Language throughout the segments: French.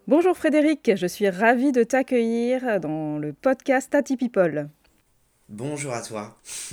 Bonjour Frédéric, je suis ravie de t'accueillir dans le podcast Tati People. Bonjour à toi.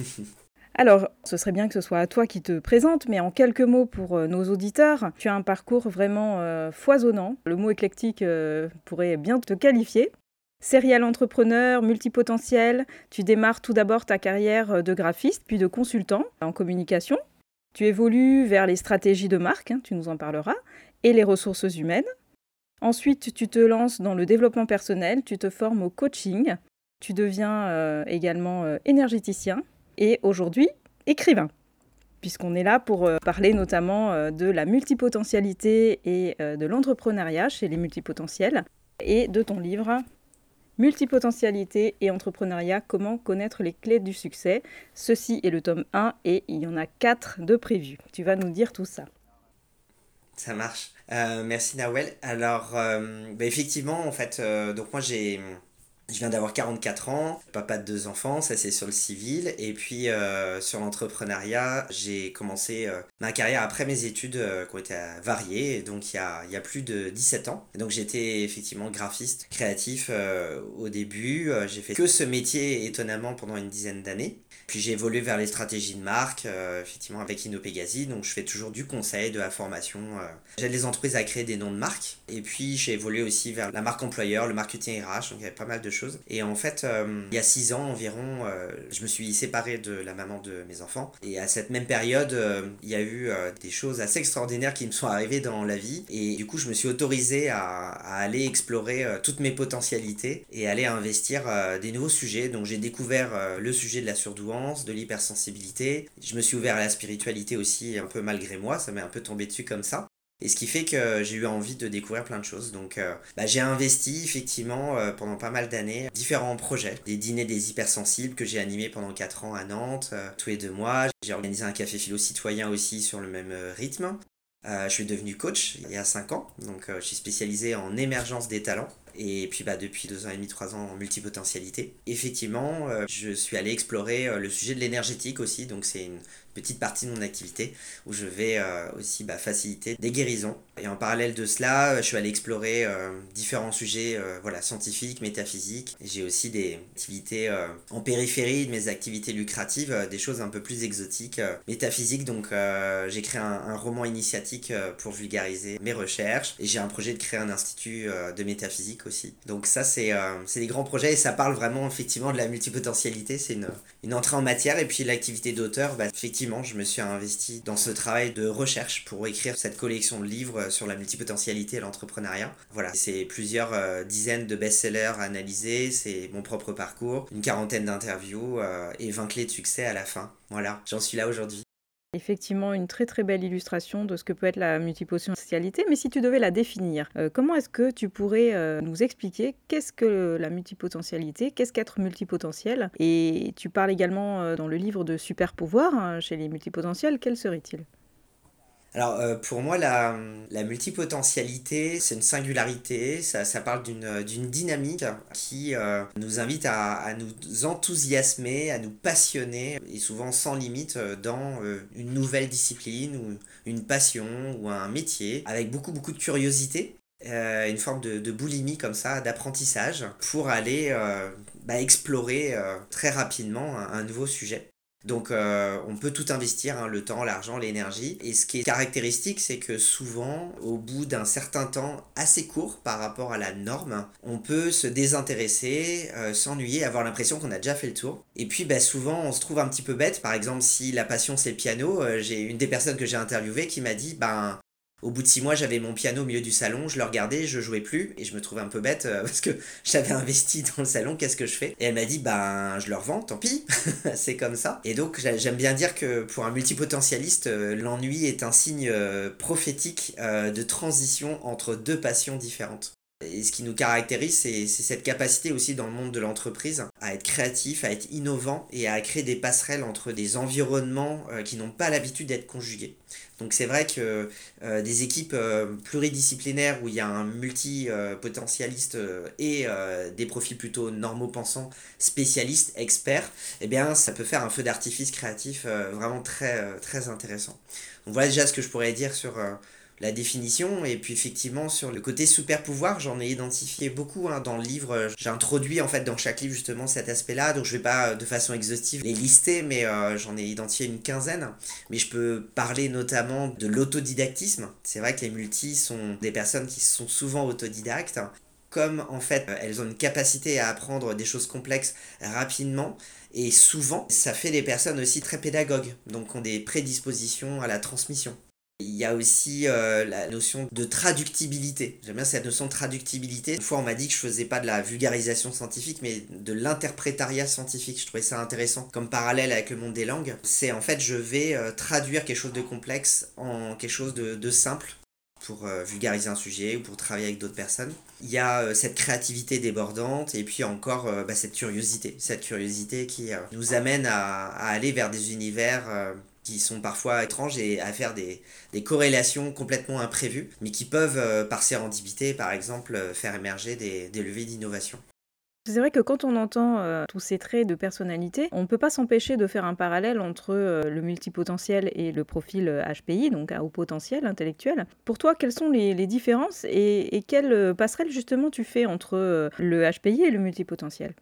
Alors, ce serait bien que ce soit à toi qui te présente, mais en quelques mots pour nos auditeurs, tu as un parcours vraiment foisonnant. Le mot éclectique pourrait bien te qualifier. Serial entrepreneur, multipotentiel, tu démarres tout d'abord ta carrière de graphiste, puis de consultant en communication. Tu évolues vers les stratégies de marque, tu nous en parleras, et les ressources humaines. Ensuite, tu te lances dans le développement personnel, tu te formes au coaching, tu deviens également énergéticien et aujourd'hui écrivain, puisqu'on est là pour parler notamment de la multipotentialité et de l'entrepreneuriat chez les multipotentiels et de ton livre Multipotentialité et entrepreneuriat, comment connaître les clés du succès. Ceci est le tome 1 et il y en a 4 de prévus. Tu vas nous dire tout ça. Ça marche. Merci Nawel. Alors, effectivement, en fait, donc moi je viens d'avoir 44 ans, papa de 2 enfants, ça c'est sur le civil. Et puis sur l'entrepreneuriat, j'ai commencé ma carrière après mes études qui ont été variées, donc il y a plus de 17 ans. Et donc j'étais effectivement graphiste, créatif au début. J'ai fait que ce métier étonnamment pendant une dizaine d'années. Puis j'ai évolué vers les stratégies de marque, effectivement avec Inopegasi, donc je fais toujours du conseil, de la formation. J'aide les entreprises à créer des noms de marques. Et puis j'ai évolué aussi vers la marque employeur, le marketing RH, donc il y avait pas mal de choses. Et en fait, il y a 6 ans environ, je me suis séparé de la maman de mes enfants. Et à cette même période, il y a eu des choses assez extraordinaires qui me sont arrivées dans la vie. Et du coup, je me suis autorisé à aller explorer toutes mes potentialités et aller investir des nouveaux sujets. Donc j'ai découvert le sujet de la surdouance, de l'hypersensibilité. Je me suis ouvert à la spiritualité aussi, un peu malgré moi, ça m'est un peu tombé dessus comme ça. Et ce qui fait que j'ai eu envie de découvrir plein de choses. Donc j'ai investi effectivement pendant pas mal d'années différents projets. Des dîners des hypersensibles que j'ai animés pendant 4 ans à Nantes, tous les 2 mois. J'ai organisé un café philo citoyen aussi sur le même rythme. Je suis devenu coach il y a 5 ans, donc je suis spécialisé en émergence des talents. Et puis depuis 2 ans et demi, 3 ans en multipotentialité. Effectivement, je suis allé explorer le sujet de l'énergétique aussi, donc c'est une petite partie de mon activité où je vais aussi faciliter des guérisons. Et en parallèle de cela, je suis allé explorer différents sujets scientifiques, métaphysiques. Et j'ai aussi des activités en périphérie de mes activités lucratives, des choses un peu plus exotiques, métaphysiques. Donc j'ai créé un roman initiatique pour vulgariser mes recherches. Et j'ai un projet de créer un institut de métaphysique aussi. Donc ça, c'est des grands projets et ça parle vraiment effectivement de la multipotentialité. C'est une entrée en matière. Et puis l'activité d'auteur, effectivement, je me suis investi dans ce travail de recherche pour écrire cette collection de livres sur la multipotentialité et l'entrepreneuriat. Voilà, c'est plusieurs dizaines de best-sellers analysés, c'est mon propre parcours, une quarantaine d'interviews et 20 clés de succès à la fin. Voilà, j'en suis là aujourd'hui. Effectivement, une très très belle illustration de ce que peut être la multipotentialité, mais si tu devais la définir, comment est-ce que tu pourrais nous expliquer qu'est-ce que la multipotentialité, qu'est-ce qu'être multipotentiel? Et tu parles également dans le livre de super pouvoir chez les multipotentiels, quel serait-il? Alors pour moi la multipotentialité c'est une singularité, ça parle d'une dynamique qui nous invite à nous enthousiasmer, à nous passionner et souvent sans limite dans une nouvelle discipline ou une passion ou un métier avec beaucoup de curiosité. Une forme de boulimie comme ça, d'apprentissage pour aller explorer très rapidement un nouveau sujet. Donc on peut tout investir, hein, le temps, l'argent, l'énergie. Et ce qui est caractéristique, c'est que souvent, au bout d'un certain temps assez court par rapport à la norme, on peut se désintéresser, s'ennuyer, avoir l'impression qu'on a déjà fait le tour. Et puis souvent, on se trouve un petit peu bête. Par exemple, si la passion c'est le piano, j'ai une des personnes que j'ai interviewées qui m'a dit, au bout de 6 mois, j'avais mon piano au milieu du salon, je le regardais, je jouais plus, et je me trouvais un peu bête parce que j'avais investi dans le salon, qu'est-ce que je fais? Et elle m'a dit, je le revends, tant pis, c'est comme ça. Et donc, j'aime bien dire que pour un multipotentialiste, l'ennui est un signe prophétique de transition entre deux passions différentes. Et ce qui nous caractérise, c'est cette capacité aussi dans le monde de l'entreprise à être créatif, à être innovant et à créer des passerelles entre des environnements qui n'ont pas l'habitude d'être conjugués. Donc c'est vrai que des équipes pluridisciplinaires où il y a un multi-potentialiste et des profils plutôt normaux-pensants, spécialistes, experts, eh bien ça peut faire un feu d'artifice créatif vraiment très intéressant. Donc voilà déjà ce que je pourrais dire sur la définition. Et puis effectivement, sur le côté super pouvoir, j'en ai identifié beaucoup dans le livre. J'ai introduit en fait dans chaque livre justement cet aspect-là, donc je vais pas de façon exhaustive les lister, mais j'en ai identifié une quinzaine. Mais je peux parler notamment de l'autodidactisme. C'est vrai que les multis sont des personnes qui sont souvent autodidactes. Comme en fait elles ont une capacité à apprendre des choses complexes rapidement, et souvent ça fait des personnes aussi très pédagogues, donc ont des prédispositions à la transmission. Il y a aussi la notion de traductibilité. J'aime bien cette notion de traductibilité. Une fois, on m'a dit que je faisais pas de la vulgarisation scientifique, mais de l'interprétariat scientifique. Je trouvais ça intéressant. Comme parallèle avec le monde des langues, c'est en fait, je vais traduire quelque chose de complexe en quelque chose de simple pour vulgariser un sujet ou pour travailler avec d'autres personnes. Il y a cette créativité débordante et puis encore cette curiosité qui nous amène à aller vers des univers qui sont parfois étranges et à faire des corrélations complètement imprévues, mais qui peuvent, par sérendipité, par exemple, faire émerger des leviers d'innovation. C'est vrai que quand on entend tous ces traits de personnalité, on ne peut pas s'empêcher de faire un parallèle entre le multipotentiel et le profil HPI, donc à haut potentiel intellectuel. Pour toi, quelles sont les différences et quelle passerelle justement tu fais entre le HPI et le multipotentiel?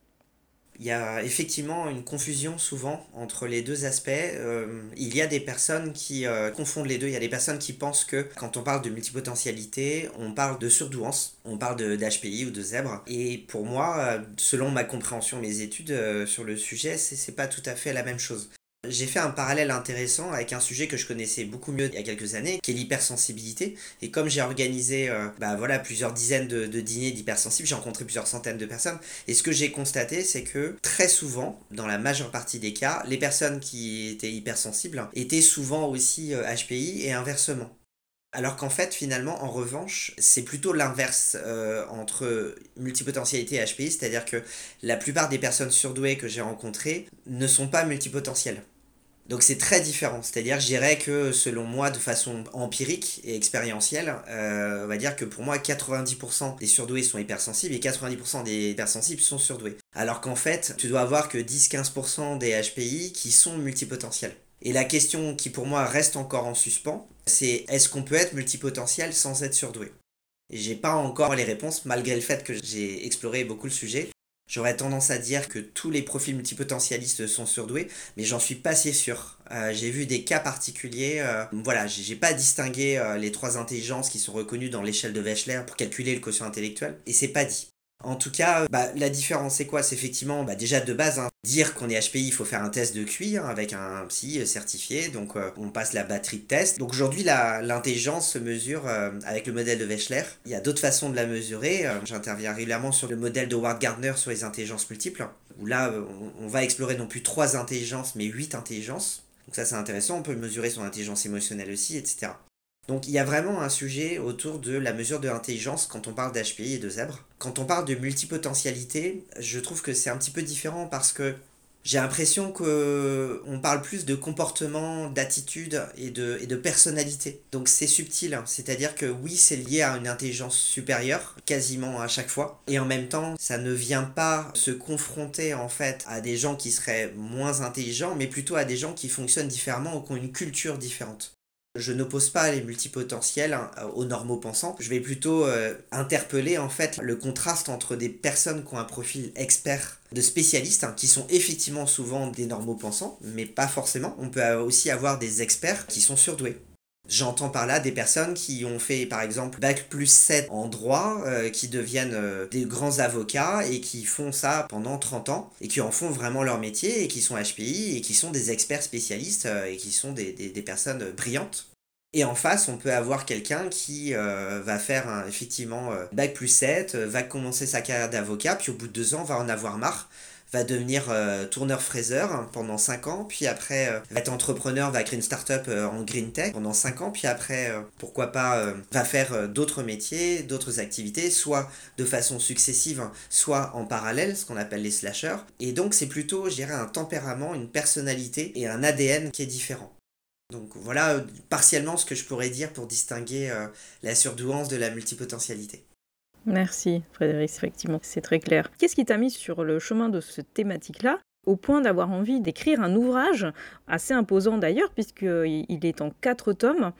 Il y a effectivement une confusion souvent entre les deux aspects. Il y a des personnes qui confondent les deux. Il y a des personnes qui pensent que quand on parle de multipotentialité, on parle de surdouance, on parle d'HPI ou de zèbre. Et pour moi, selon ma compréhension, mes études sur le sujet, c'est pas tout à fait la même chose. J'ai fait un parallèle intéressant avec un sujet que je connaissais beaucoup mieux il y a quelques années, qui est l'hypersensibilité. Et comme j'ai organisé plusieurs dizaines de dîners d'hypersensibles, j'ai rencontré plusieurs centaines de personnes. Et ce que j'ai constaté, c'est que très souvent, dans la majeure partie des cas, les personnes qui étaient hypersensibles étaient souvent aussi HPI et inversement. Alors qu'en fait, finalement, en revanche, c'est plutôt l'inverse entre multipotentialité et HPI, c'est-à-dire que la plupart des personnes surdouées que j'ai rencontrées ne sont pas multipotentielles. Donc c'est très différent, c'est-à-dire je dirais que selon moi de façon empirique et expérientielle, on va dire que pour moi 90% des surdoués sont hypersensibles et 90% des hypersensibles sont surdoués. Alors qu'en fait tu dois avoir que 10-15% des HPI qui sont multipotentiels. Et la question qui pour moi reste encore en suspens, c'est est-ce qu'on peut être multipotentiel sans être surdoué? Et j'ai pas encore les réponses malgré le fait que j'ai exploré beaucoup le sujet. J'aurais tendance à dire que tous les profils multipotentialistes sont surdoués, mais j'en suis pas si sûr. J'ai vu des cas particuliers, j'ai pas distingué les trois intelligences qui sont reconnues dans l'échelle de Wechsler pour calculer le quotient intellectuel, et c'est pas dit. En tout cas, la différence c'est quoi? C'est effectivement déjà de base, dire qu'on est HPI, il faut faire un test de QI avec un psy certifié, donc on passe la batterie de tests. Donc aujourd'hui l'intelligence se mesure avec le modèle de Wechsler. Il y a d'autres façons de la mesurer, j'interviens régulièrement sur le modèle de Howard Gardner sur les intelligences multiples, où là on va explorer non plus 3 intelligences mais 8 intelligences. Donc ça c'est intéressant, on peut mesurer son intelligence émotionnelle aussi, etc. Donc il y a vraiment un sujet autour de la mesure de l'intelligence quand on parle d'HPI et de zèbre. Quand on parle de multipotentialité, je trouve que c'est un petit peu différent parce que j'ai l'impression qu'on parle plus de comportement, d'attitude et de personnalité. Donc c'est subtil, c'est-à-dire que oui, c'est lié à une intelligence supérieure, quasiment à chaque fois. Et en même temps, ça ne vient pas se confronter en fait à des gens qui seraient moins intelligents, mais plutôt à des gens qui fonctionnent différemment ou qui ont une culture différente. Je n'oppose pas les multipotentiels aux normaux pensants. Je vais plutôt interpeller en fait le contraste entre des personnes qui ont un profil expert de spécialistes, qui sont effectivement souvent des normaux pensants, mais pas forcément. On peut aussi avoir des experts qui sont surdoués. J'entends par là des personnes qui ont fait par exemple bac+7 en droit, qui deviennent des grands avocats et qui font ça pendant 30 ans et qui en font vraiment leur métier et qui sont HPI et qui sont des experts spécialistes et qui sont des personnes brillantes. Et en face, on peut avoir quelqu'un qui va faire effectivement bac+7, va commencer sa carrière d'avocat, puis au bout de 2 ans va en avoir marre, va devenir tourneur-fraiseur pendant 5 ans, puis après va être entrepreneur, va créer une start-up en green tech pendant 5 ans, puis après, pourquoi pas, va faire d'autres métiers, d'autres activités, soit de façon successive, soit en parallèle, ce qu'on appelle les slashers. Et donc c'est plutôt, je dirais, un tempérament, une personnalité et un ADN qui est différent. Donc voilà partiellement ce que je pourrais dire pour distinguer la surdouance de la multipotentialité. Merci Frédéric, effectivement, c'est très clair. Qu'est-ce qui t'a mis sur le chemin de cette thématique-là, au point d'avoir envie d'écrire un ouvrage, assez imposant d'ailleurs, puisqu'il est en 4 tomes,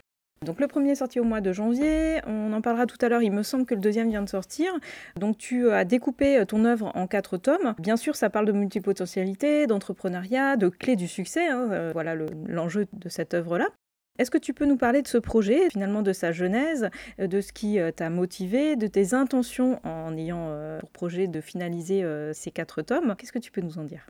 Donc le premier est sorti au mois de janvier, on en parlera tout à l'heure, il me semble que le deuxième vient de sortir. Donc tu as découpé ton œuvre en 4 tomes. Bien sûr, ça parle de multipotentialité, d'entrepreneuriat, de clés du succès, voilà l'enjeu de cette œuvre-là. Est-ce que tu peux nous parler de ce projet, finalement de sa genèse, de ce qui t'a motivé, de tes intentions en ayant pour projet de finaliser ces 4 tomes? Qu'est-ce que tu peux nous en dire?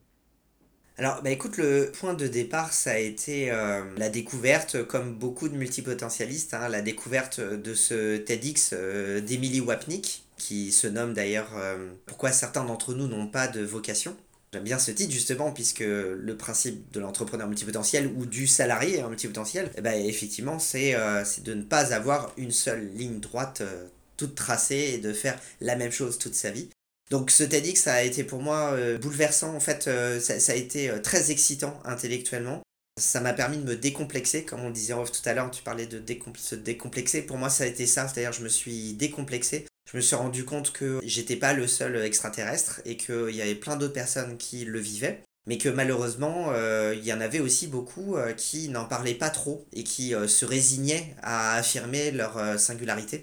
Alors, écoute, le point de départ, ça a été la découverte, comme beaucoup de multipotentialistes, la découverte de ce TEDx d'Emily Wapnick, qui se nomme d'ailleurs Pourquoi certains d'entre nous n'ont pas de vocation. J'aime bien ce titre justement puisque le principe de l'entrepreneur multipotentiel ou du salarié multipotentiel, effectivement, c'est de ne pas avoir une seule ligne droite toute tracée et de faire la même chose toute sa vie. Donc ce TEDx ça a été pour moi bouleversant, en fait ça a été très excitant intellectuellement. Ça m'a permis de me décomplexer, comme on disait en off tout à l'heure, tu parlais de se décomplexer. Pour moi ça a été ça, c'est-à-dire je me suis décomplexé. Je me suis rendu compte que j'étais pas le seul extraterrestre et qu'il y avait plein d'autres personnes qui le vivaient. Mais que malheureusement, il y en avait aussi beaucoup qui n'en parlaient pas trop et qui se résignaient à affirmer leur singularité.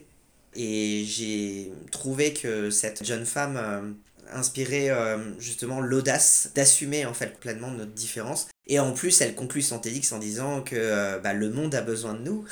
Et j'ai trouvé que cette jeune femme inspirait justement l'audace d'assumer en fait pleinement notre différence. Et en plus, elle conclut son TEDx en disant que le monde a besoin de nous.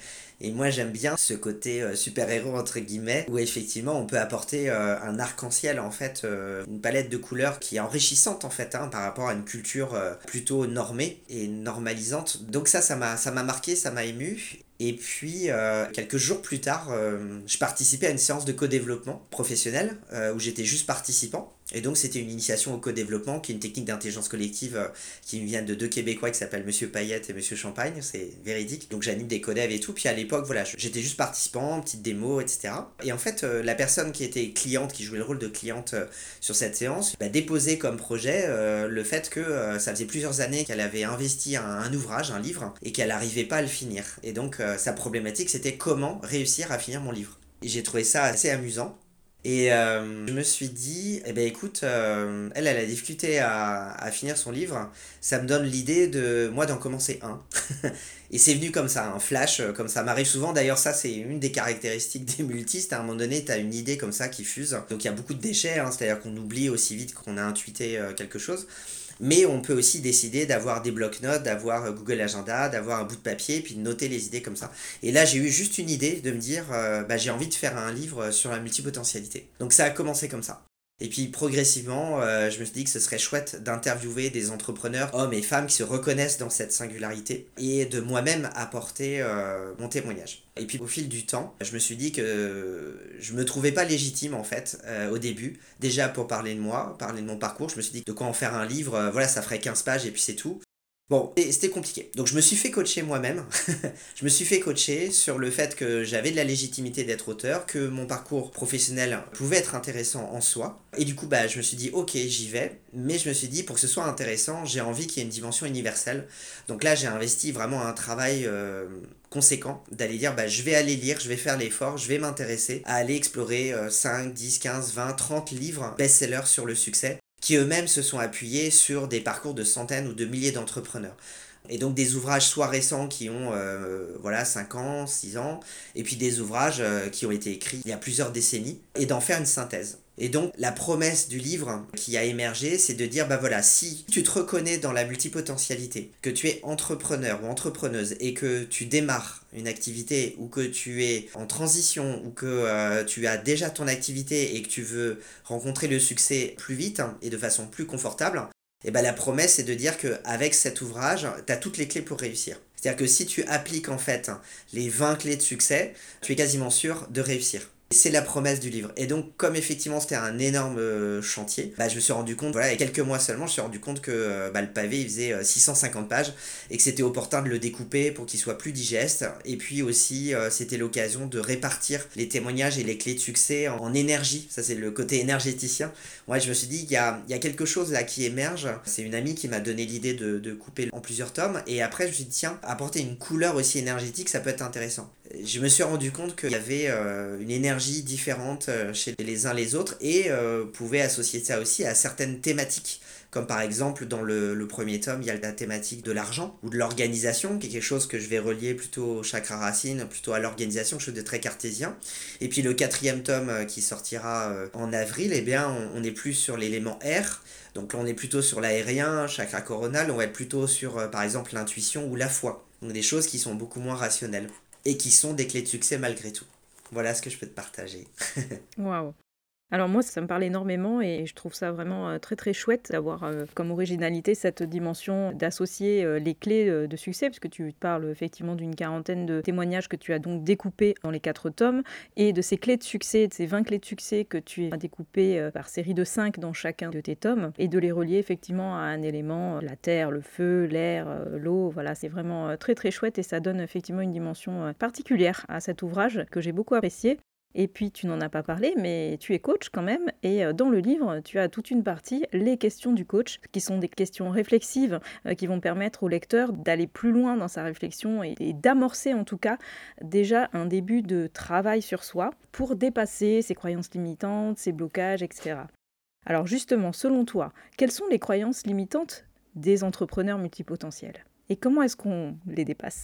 Et moi, j'aime bien ce côté super-héros, entre guillemets, où effectivement, on peut apporter un arc-en-ciel, en fait, une palette de couleurs qui est enrichissante, en fait, par rapport à une culture plutôt normée et normalisante. Donc ça m'a marqué, ça m'a ému. Et puis, quelques jours plus tard, je participais à une séance de co-développement professionnel où j'étais juste participant. Et donc, c'était une initiation au co-développement, qui est une technique d'intelligence collective qui vient de 2 Québécois qui s'appellent Monsieur Payette et Monsieur Champagne. C'est véridique. Donc, j'anime des co-dev et tout. Puis à l'époque, voilà, j'étais juste participant, petite démo, etc. Et en fait, la personne qui était cliente, qui jouait le rôle de cliente sur cette séance, déposait comme projet le fait que ça faisait plusieurs années qu'elle avait investi un ouvrage, un livre, et qu'elle n'arrivait pas à le finir. Et donc, sa problématique, c'était comment réussir à finir mon livre. Et j'ai trouvé ça assez amusant. Et je me suis dit, écoute, elle a difficulté à finir son livre, ça me donne l'idée de moi d'en commencer un. Et c'est venu comme ça, un flash, comme ça m'arrive souvent. D'ailleurs, ça, c'est une des caractéristiques des multistes. À un moment donné, tu as une idée comme ça qui fuse. Donc il y a beaucoup de déchets, c'est-à-dire qu'on oublie aussi vite qu'on a intuité quelque chose. Mais on peut aussi décider d'avoir des blocs-notes, d'avoir Google Agenda, d'avoir un bout de papier, puis de noter les idées comme ça. Et là, j'ai eu juste une idée de me dire, j'ai envie de faire un livre sur la multipotentialité. Donc ça a commencé comme ça. Et puis progressivement, je me suis dit que ce serait chouette d'interviewer des entrepreneurs, hommes et femmes, qui se reconnaissent dans cette singularité et de moi-même apporter mon témoignage. Et puis au fil du temps, je me suis dit que je me trouvais pas légitime en fait au début. Déjà pour parler de moi, parler de mon parcours, je me suis dit de quoi en faire un livre, voilà ça ferait 15 pages et puis c'est tout. Bon, et c'était compliqué. Donc je me suis fait coacher moi-même. Je me suis fait coacher sur le fait que j'avais de la légitimité d'être auteur, que mon parcours professionnel pouvait être intéressant en soi. Et du coup, je me suis dit, ok, j'y vais. Mais je me suis dit, pour que ce soit intéressant, j'ai envie qu'il y ait une dimension universelle. Donc là, j'ai investi vraiment un travail conséquent d'aller dire, je vais aller lire, je vais faire l'effort, je vais m'intéresser à aller explorer 5, 10, 15, 20, 30 livres best-sellers sur le succès, qui eux-mêmes se sont appuyés sur des parcours de centaines ou de milliers d'entrepreneurs. Et donc des ouvrages soit récents qui ont 5 ans, 6 ans, et puis des ouvrages qui ont été écrits il y a plusieurs décennies, et d'en faire une synthèse. Et donc la promesse du livre qui a émergé, c'est de dire, si tu te reconnais dans la multipotentialité, que tu es entrepreneur ou entrepreneuse, et que tu démarres une activité, ou que tu es en transition, ou que tu as déjà ton activité et que tu veux rencontrer le succès plus vite et de façon plus confortable, la promesse c'est de dire qu'avec cet ouvrage, tu as toutes les clés pour réussir. C'est-à-dire que si tu appliques en fait les 20 clés de succès, tu es quasiment sûr de réussir. C'est la promesse du livre. Et donc, comme effectivement c'était un énorme chantier, je me suis rendu compte, il y a quelques mois seulement, je me suis rendu compte que le pavé il faisait 650 pages et que c'était opportun de le découper pour qu'il soit plus digeste. Et puis aussi, c'était l'occasion de répartir les témoignages et les clés de succès en énergie. Ça, c'est le côté énergéticien. Ouais, je me suis dit qu'il y a quelque chose là qui émerge. C'est une amie qui m'a donné l'idée de couper en plusieurs tomes. Et après, je me suis dit, tiens, apporter une couleur aussi énergétique, ça peut être intéressant. Je me suis rendu compte qu'il y avait une énergie différente chez les uns les autres et pouvait associer ça aussi à certaines thématiques Comme par exemple, dans le premier tome, il y a la thématique de l'argent ou de l'organisation, qui est quelque chose que je vais relier plutôt au chakra racine, plutôt à l'organisation, quelque chose de très cartésien. Et puis le quatrième tome qui sortira en avril, eh bien, on est plus sur l'élément air. Donc là, on est plutôt sur l'aérien, chakra coronal, on va être plutôt sur, par exemple, l'intuition ou la foi. Donc des choses qui sont beaucoup moins rationnelles et qui sont des clés de succès malgré tout. Voilà ce que je peux te partager. Waouh! Alors moi, ça me parle énormément et je trouve ça vraiment très très chouette d'avoir comme originalité cette dimension d'associer les clés de succès, parce que tu parles effectivement d'une quarantaine de témoignages que tu as donc découpés dans les 4 tomes, et de ces clés de succès, de ces 20 clés de succès que tu as découpées par série de 5 dans chacun de tes tomes, et de les relier effectivement à un élément, la terre, le feu, l'air, l'eau. Voilà, c'est vraiment très très chouette et ça donne effectivement une dimension particulière à cet ouvrage que j'ai beaucoup apprécié. Et puis, tu n'en as pas parlé, mais tu es coach quand même. Et dans le livre, tu as toute une partie, les questions du coach, qui sont des questions réflexives qui vont permettre au lecteur d'aller plus loin dans sa réflexion et d'amorcer en tout cas déjà un début de travail sur soi pour dépasser ses croyances limitantes, ses blocages, etc. Alors justement, selon toi, quelles sont les croyances limitantes des entrepreneurs multipotentiels? Et comment est-ce qu'on les dépasse?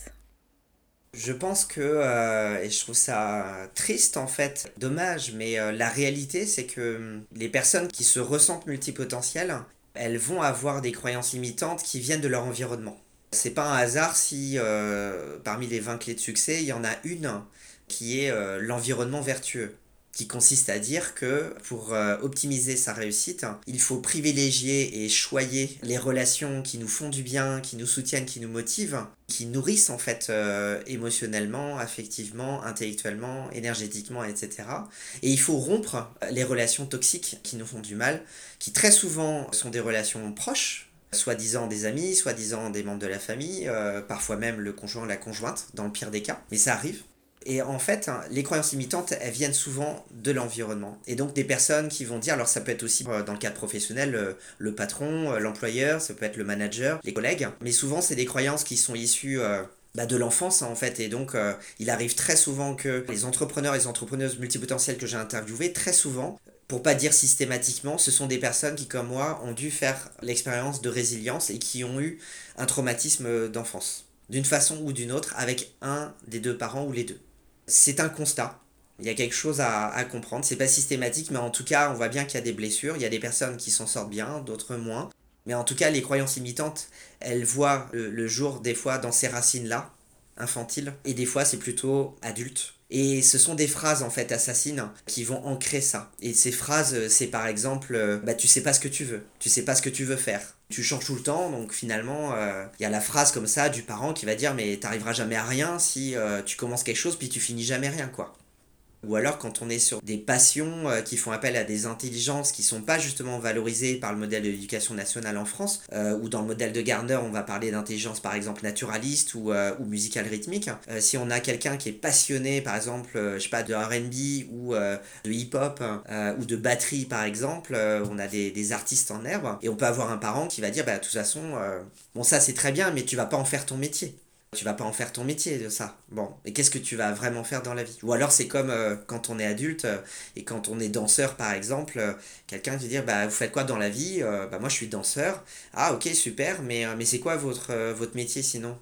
Je pense que, et je trouve ça triste en fait, dommage, mais la réalité c'est que les personnes qui se ressentent multipotentielles, elles vont avoir des croyances limitantes qui viennent de leur environnement. C'est pas un hasard si parmi les 20 clés de succès, il y en a une qui est l'environnement vertueux, qui consiste à dire que pour optimiser sa réussite, il faut privilégier et choyer les relations qui nous font du bien, qui nous soutiennent, qui nous motivent, qui nourrissent en fait émotionnellement, affectivement, intellectuellement, énergétiquement, etc. Et il faut rompre les relations toxiques qui nous font du mal, qui très souvent sont des relations proches, soi-disant des amis, soi-disant des membres de la famille, parfois même le conjoint, la conjointe, dans le pire des cas, mais ça arrive. Et en fait, les croyances limitantes, elles viennent souvent de l'environnement. Et donc des personnes qui vont dire, alors ça peut être aussi dans le cadre professionnel, le patron, l'employeur, ça peut être le manager, les collègues, mais souvent c'est des croyances qui sont issues de l'enfance en fait. Et donc il arrive très souvent que les entrepreneurs et les entrepreneuses multipotentielles que j'ai interviewées, très souvent, pour pas dire systématiquement, ce sont des personnes qui, comme moi, ont dû faire l'expérience de résilience et qui ont eu un traumatisme d'enfance, d'une façon ou d'une autre, avec un des deux parents ou les deux. C'est un constat. Il y a quelque chose à comprendre. C'est pas systématique, mais en tout cas, on voit bien qu'il y a des blessures. Il y a des personnes qui s'en sortent bien, d'autres moins. Mais en tout cas, les croyances limitantes, elles voient le jour des fois dans ces racines-là, infantiles, et des fois c'est plutôt adulte. Et ce sont des phrases en fait assassines qui vont ancrer ça. Et ces phrases, c'est par exemple, tu sais pas ce que tu veux, tu sais pas ce que tu veux faire. Tu changes tout le temps, donc finalement, il y a la phrase comme ça du parent qui va dire mais t'arriveras jamais à rien si tu commences quelque chose puis tu finis jamais rien quoi. Ou alors quand on est sur des passions qui font appel à des intelligences qui sont pas justement valorisées par le modèle de l'éducation nationale en France, ou dans le modèle de Gardner on va parler d'intelligence par exemple naturaliste ou musicale rythmique. Si on a quelqu'un qui est passionné par exemple, je sais pas, de R&B ou de hip-hop ou de batterie par exemple, on a des artistes en herbe, et on peut avoir un parent qui va dire de toute façon, bon ça c'est très bien mais tu vas pas en faire ton métier. Tu vas pas en faire ton métier de ça. Bon, et qu'est-ce que tu vas vraiment faire dans la vie? Ou alors c'est comme quand on est adulte et quand on est danseur par exemple, quelqu'un qui dit vous faites quoi dans la vie? Moi je suis danseur. Ah ok super, mais c'est quoi votre métier sinon?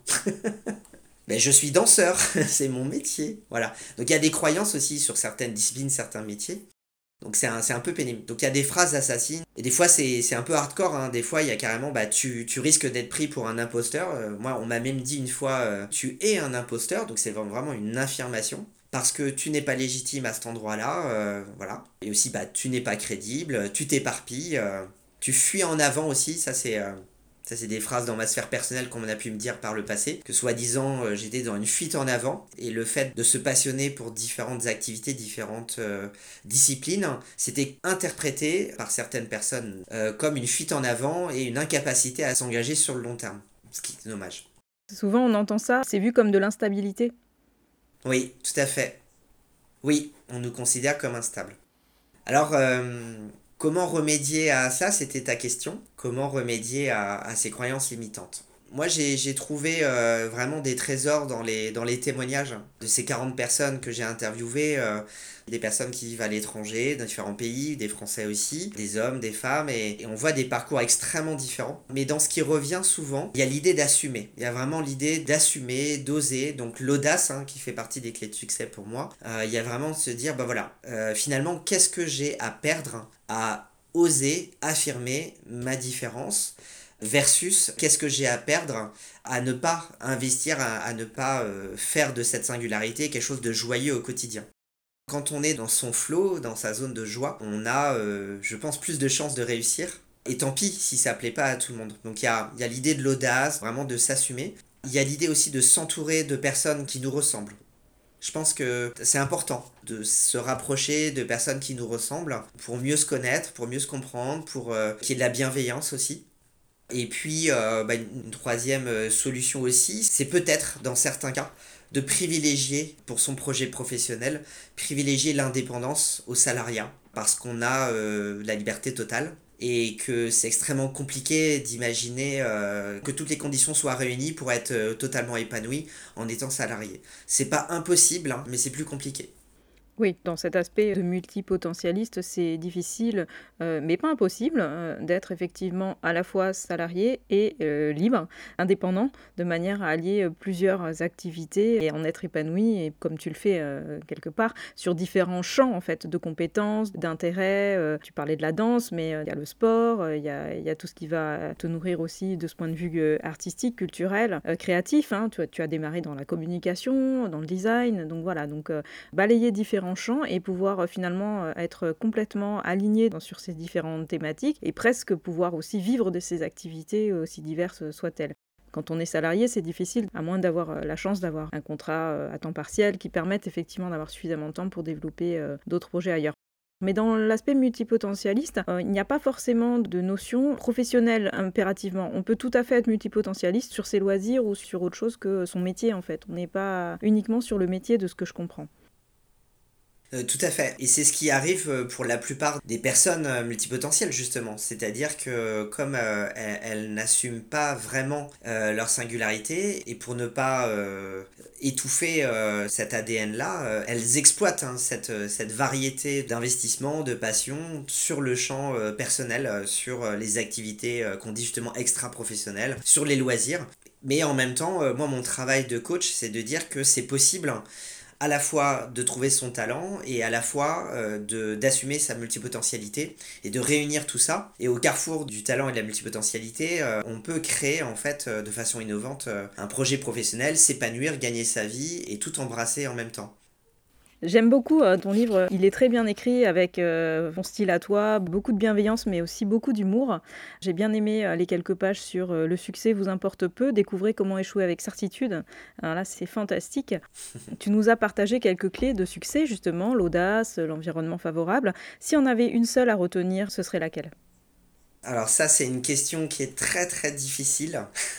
Je suis danseur, c'est mon métier. Voilà. Donc il y a des croyances aussi sur certaines disciplines, certains métiers. Donc c'est un peu pénible. Donc il y a des phrases assassines. Et des fois c'est un peu hardcore. Hein. Des fois il y a carrément tu risques d'être pris pour un imposteur. Moi on m'a même dit une fois tu es un imposteur. Donc c'est vraiment une affirmation. Parce que tu n'es pas légitime à cet endroit-là. Voilà. Et aussi tu n'es pas crédible. Tu t'éparpilles. Tu fuis en avant aussi. Ça, c'est des phrases dans ma sphère personnelle qu'on a pu me dire par le passé, que soi-disant j'étais dans une fuite en avant, et le fait de se passionner pour différentes activités, différentes disciplines, c'était interprété par certaines personnes comme une fuite en avant et une incapacité à s'engager sur le long terme, ce qui est dommage. Souvent on entend ça, c'est vu comme de l'instabilité. Oui, tout à fait. Oui, on nous considère comme instables. Alors, comment remédier à ça, c'était ta question. Comment remédier à ces croyances limitantes? Moi, j'ai trouvé vraiment des trésors dans les témoignages de ces 40 personnes que j'ai interviewées. Des personnes qui vivent à l'étranger, dans différents pays, des Français aussi, des hommes, des femmes, et on voit des parcours extrêmement différents. Mais dans ce qui revient souvent, il y a l'idée d'assumer. Il y a vraiment l'idée d'assumer, d'oser, donc l'audace qui fait partie des clés de succès pour moi. Il y a vraiment de se dire, bah voilà, finalement, qu'est-ce que j'ai à perdre à oser affirmer ma différence versus qu'est-ce que j'ai à perdre à ne pas investir, à ne pas faire de cette singularité quelque chose de joyeux au quotidien. Quand on est dans son flow, dans sa zone de joie, on a, je pense, plus de chances de réussir. Et tant pis si ça plaît pas à tout le monde. Donc il y a l'idée de l'audace, vraiment de s'assumer. Il y a l'idée aussi de s'entourer de personnes qui nous ressemblent. Je pense que c'est important de se rapprocher de personnes qui nous ressemblent pour mieux se connaître, pour mieux se comprendre, pour qu'il y ait de la bienveillance aussi. Et puis, une troisième solution aussi, c'est peut-être, dans certains cas, de privilégier, pour son projet professionnel, privilégier l'indépendance au salariat, parce qu'on a la liberté totale, et que c'est extrêmement compliqué d'imaginer que toutes les conditions soient réunies pour être totalement épanoui en étant salarié. C'est pas impossible, mais c'est plus compliqué. Oui, dans cet aspect de multipotentialiste, c'est difficile, mais pas impossible, d'être effectivement à la fois salarié et libre, indépendant, de manière à allier plusieurs activités et en être épanoui, et comme tu le fais quelque part, sur différents champs en fait, de compétences, d'intérêts. Tu parlais de la danse, mais il y a le sport, il y a tout ce qui va te nourrir aussi de ce point de vue artistique, culturel, créatif. Hein. Tu as démarré dans la communication, dans le design, donc voilà. Donc, balayer différents champs et pouvoir finalement être complètement aligné sur ces différentes thématiques et presque pouvoir aussi vivre de ces activités aussi diverses soient-elles. Quand on est salarié, c'est difficile, à moins d'avoir la chance d'avoir un contrat à temps partiel qui permette effectivement d'avoir suffisamment de temps pour développer d'autres projets ailleurs. Mais dans l'aspect multipotentialiste, il n'y a pas forcément de notion professionnelle impérativement. On peut tout à fait être multipotentialiste sur ses loisirs ou sur autre chose que son métier en fait. On n'est pas uniquement sur le métier de ce que je comprends. Tout à fait. Et c'est ce qui arrive pour la plupart des personnes multipotentielles, justement. C'est-à-dire que comme elles n'assument pas vraiment leur singularité, et pour ne pas étouffer cet ADN-là, elles exploitent cette variété d'investissement, de passion sur le champ personnel, sur les activités qu'on dit justement extra-professionnelles, sur les loisirs. Mais en même temps, moi, mon travail de coach, c'est de dire que c'est possible à la fois de trouver son talent et à la fois d'assumer sa multipotentialité et de réunir tout ça. Et au carrefour du talent et de la multipotentialité, on peut créer en fait de façon innovante un projet professionnel, s'épanouir, gagner sa vie et tout embrasser en même temps. J'aime beaucoup ton livre, il est très bien écrit avec ton style à toi, beaucoup de bienveillance mais aussi beaucoup d'humour. J'ai bien aimé les quelques pages sur le succès vous importe peu, découvrez comment échouer avec certitude. Alors là, c'est fantastique. Tu nous as partagé quelques clés de succès justement, l'audace, l'environnement favorable. Si on avait une seule à retenir, ce serait laquelle? Alors ça, c'est une question qui est très très difficile.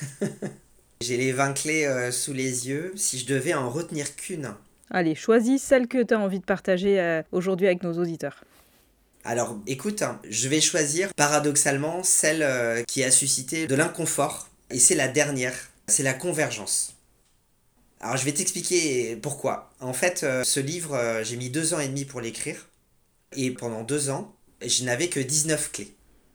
J'ai les 20 clés sous les yeux. Si je devais en retenir qu'une. Allez, choisis celle que tu as envie de partager aujourd'hui avec nos auditeurs. Alors écoute, je vais choisir paradoxalement celle qui a suscité de l'inconfort. Et c'est la dernière, c'est la convergence. Alors je vais t'expliquer pourquoi. En fait, ce livre, j'ai mis 2 ans et demi pour l'écrire. Et pendant 2 ans, je n'avais que 19 clés.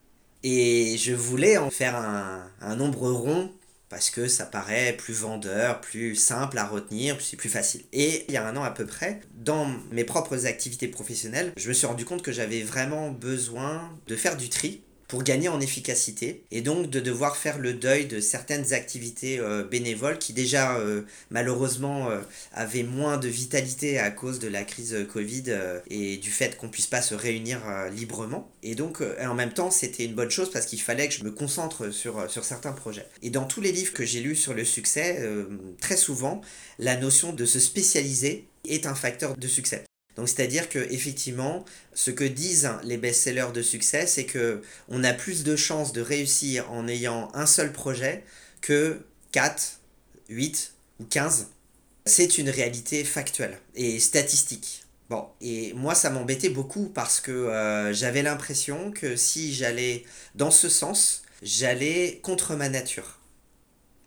Et je voulais en faire un nombre rond parce que ça paraît plus vendeur, plus simple à retenir, c'est plus facile. Et il y a un an à peu près, dans mes propres activités professionnelles, je me suis rendu compte que j'avais vraiment besoin de faire du tri pour gagner en efficacité et donc de devoir faire le deuil de certaines activités bénévoles qui déjà malheureusement avaient moins de vitalité à cause de la crise Covid et du fait qu'on puisse pas se réunir librement. Et donc en même temps c'était une bonne chose parce qu'il fallait que je me concentre sur certains projets. Et dans tous les livres que j'ai lus sur le succès, très souvent la notion de se spécialiser est un facteur de succès. Donc c'est-à-dire que effectivement, ce que disent les best-sellers de succès, c'est que on a plus de chances de réussir en ayant un seul projet que 4, 8 ou 15. C'est une réalité factuelle et statistique. Bon, et moi ça m'embêtait beaucoup parce que j'avais l'impression que si j'allais dans ce sens, j'allais contre ma nature.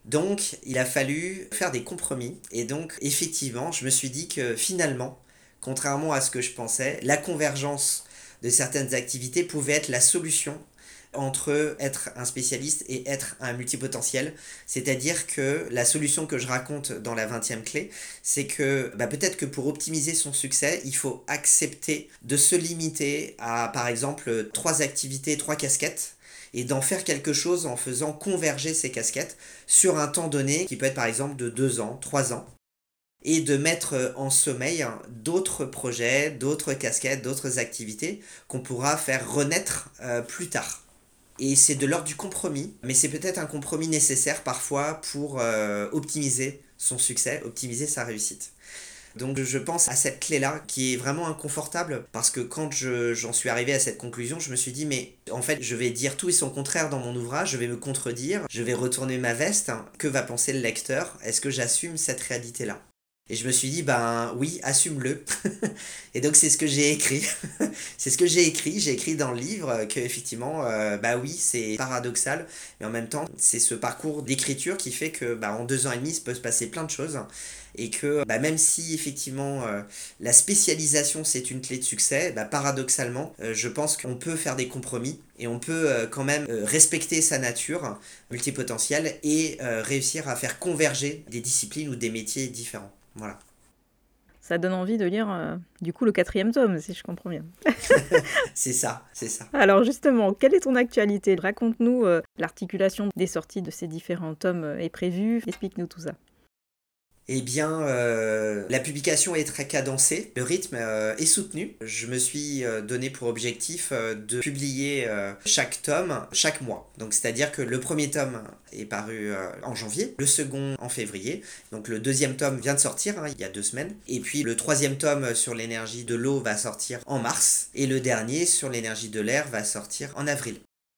Donc, il a fallu faire des compromis. Et donc, effectivement, je me suis dit que finalement, contrairement à ce que je pensais, la convergence de certaines activités pouvait être la solution entre être un spécialiste et être un multipotentiel. C'est-à-dire que la solution que je raconte dans la 20e clé, c'est que peut-être que pour optimiser son succès, il faut accepter de se limiter à, par exemple, 3 activités, 3 casquettes, et d'en faire quelque chose en faisant converger ces casquettes sur un temps donné, qui peut être par exemple de 2 ans, 3 ans, et de mettre en sommeil d'autres projets, d'autres casquettes, d'autres activités qu'on pourra faire renaître plus tard. Et c'est de l'ordre du compromis, mais c'est peut-être un compromis nécessaire parfois pour optimiser son succès, optimiser sa réussite. Donc je pense à cette clé-là qui est vraiment inconfortable parce que quand j'en suis arrivé à cette conclusion, je me suis dit mais en fait je vais dire tout et son contraire dans mon ouvrage, je vais me contredire, je vais retourner ma veste, que va penser le lecteur? Est-ce que j'assume cette réalité-là? Et je me suis dit, oui, assume-le. Et donc c'est ce que j'ai écrit. C'est ce que j'ai écrit. J'ai écrit dans le livre que effectivement, oui, c'est paradoxal, mais en même temps, c'est ce parcours d'écriture qui fait que en 2 ans et demi, il peut se passer plein de choses. Et que même si effectivement la spécialisation c'est une clé de succès, paradoxalement, je pense qu'on peut faire des compromis et on peut quand même respecter sa nature multipotentielle et réussir à faire converger des disciplines ou des métiers différents. Voilà. Ça donne envie de lire du coup le 4e tome, si je comprends bien. C'est ça, c'est ça. Alors justement, quelle est ton actualité? Raconte-nous l'articulation des sorties de ces différents tomes est prévue. Explique-nous tout ça. Eh bien, la publication est très cadencée, le rythme est soutenu. Je me suis donné pour objectif de publier chaque tome chaque mois. Donc, c'est-à-dire que le premier tome est paru en janvier, le second en février. Donc, le deuxième tome vient de sortir, il y a 2 semaines. Et puis, le troisième tome sur l'énergie de l'eau va sortir en mars. Et le dernier sur l'énergie de l'air va sortir en avril.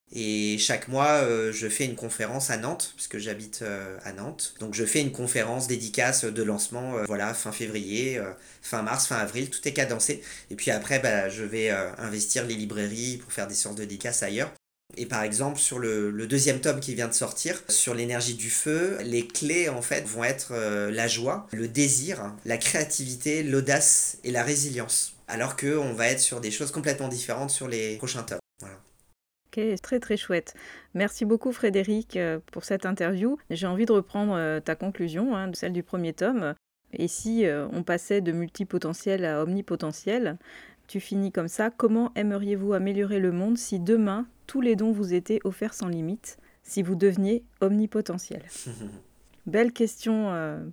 Et chaque mois, je fais une conférence à Nantes, puisque j'habite à Nantes. Donc je fais une conférence dédicace de lancement, fin février, fin mars, fin avril, tout est cadencé. Et puis après, je vais investir les librairies pour faire des séances de dédicace ailleurs. Et par exemple, sur le deuxième tome qui vient de sortir, sur l'énergie du feu, les clés en fait vont être la joie, le désir, la créativité, l'audace et la résilience. Alors qu'on va être sur des choses complètement différentes sur les prochains tomes. Voilà. Ok, très très chouette. Merci beaucoup Frédéric pour cette interview. J'ai envie de reprendre ta conclusion, celle du premier tome. Et si on passait de multipotentiel à omnipotentiel, tu finis comme ça. Comment aimeriez-vous améliorer le monde si demain, tous les dons vous étaient offerts sans limite, si vous deveniez omnipotentiel? Belle question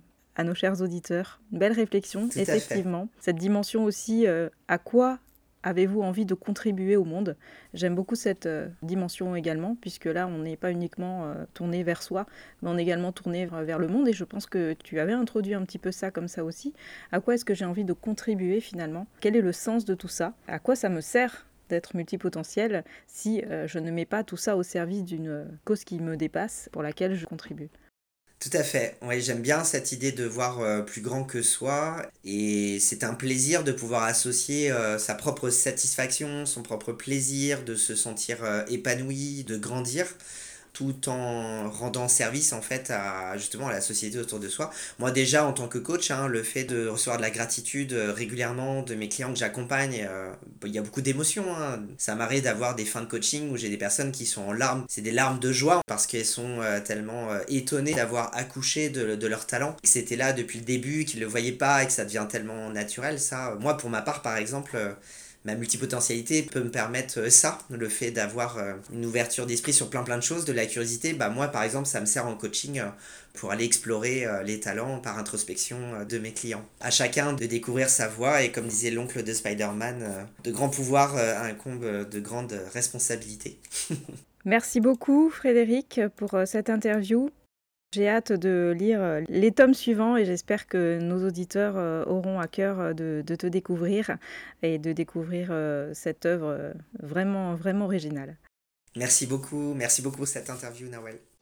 à nos chers auditeurs. Belle réflexion, Tout à effectivement. Cette dimension aussi, à quoi avez-vous envie de contribuer au monde? J'aime beaucoup cette dimension également, puisque là, on n'est pas uniquement tourné vers soi, mais on est également tourné vers le monde. Et je pense que tu avais introduit un petit peu ça comme ça aussi. À quoi est-ce que j'ai envie de contribuer finalement? Quel est le sens de tout ça? À quoi ça me sert d'être multipotentiel si je ne mets pas tout ça au service d'une cause qui me dépasse, pour laquelle je contribue? Tout à fait. Oui, j'aime bien cette idée de voir plus grand que soi et c'est un plaisir de pouvoir associer sa propre satisfaction, son propre plaisir, de se sentir épanoui, de grandir tout en rendant service en fait à justement à la société autour de soi. Moi déjà en tant que coach, le fait de recevoir de la gratitude régulièrement de mes clients que j'accompagne, il y a beaucoup d'émotions. Ça m'arrive d'avoir des fins de coaching où j'ai des personnes qui sont en larmes. C'est des larmes de joie parce qu'elles sont tellement étonnées d'avoir accouché de leur talent. Que c'était là depuis le début, qu'ils ne le voyaient pas et que ça devient tellement naturel. Ça, moi pour ma part par exemple, ma multipotentialité peut me permettre ça, le fait d'avoir une ouverture d'esprit sur plein de choses, de la curiosité. Moi, par exemple, ça me sert en coaching pour aller explorer les talents par introspection de mes clients. À chacun de découvrir sa voie et comme disait l'oncle de Spider-Man, de grands pouvoirs incombent de grandes responsabilités. Merci beaucoup Frédéric pour cette interview. J'ai hâte de lire les tomes suivants et j'espère que nos auditeurs auront à cœur de te découvrir et de découvrir cette œuvre vraiment, vraiment originale. Merci beaucoup pour cette interview, Nawel.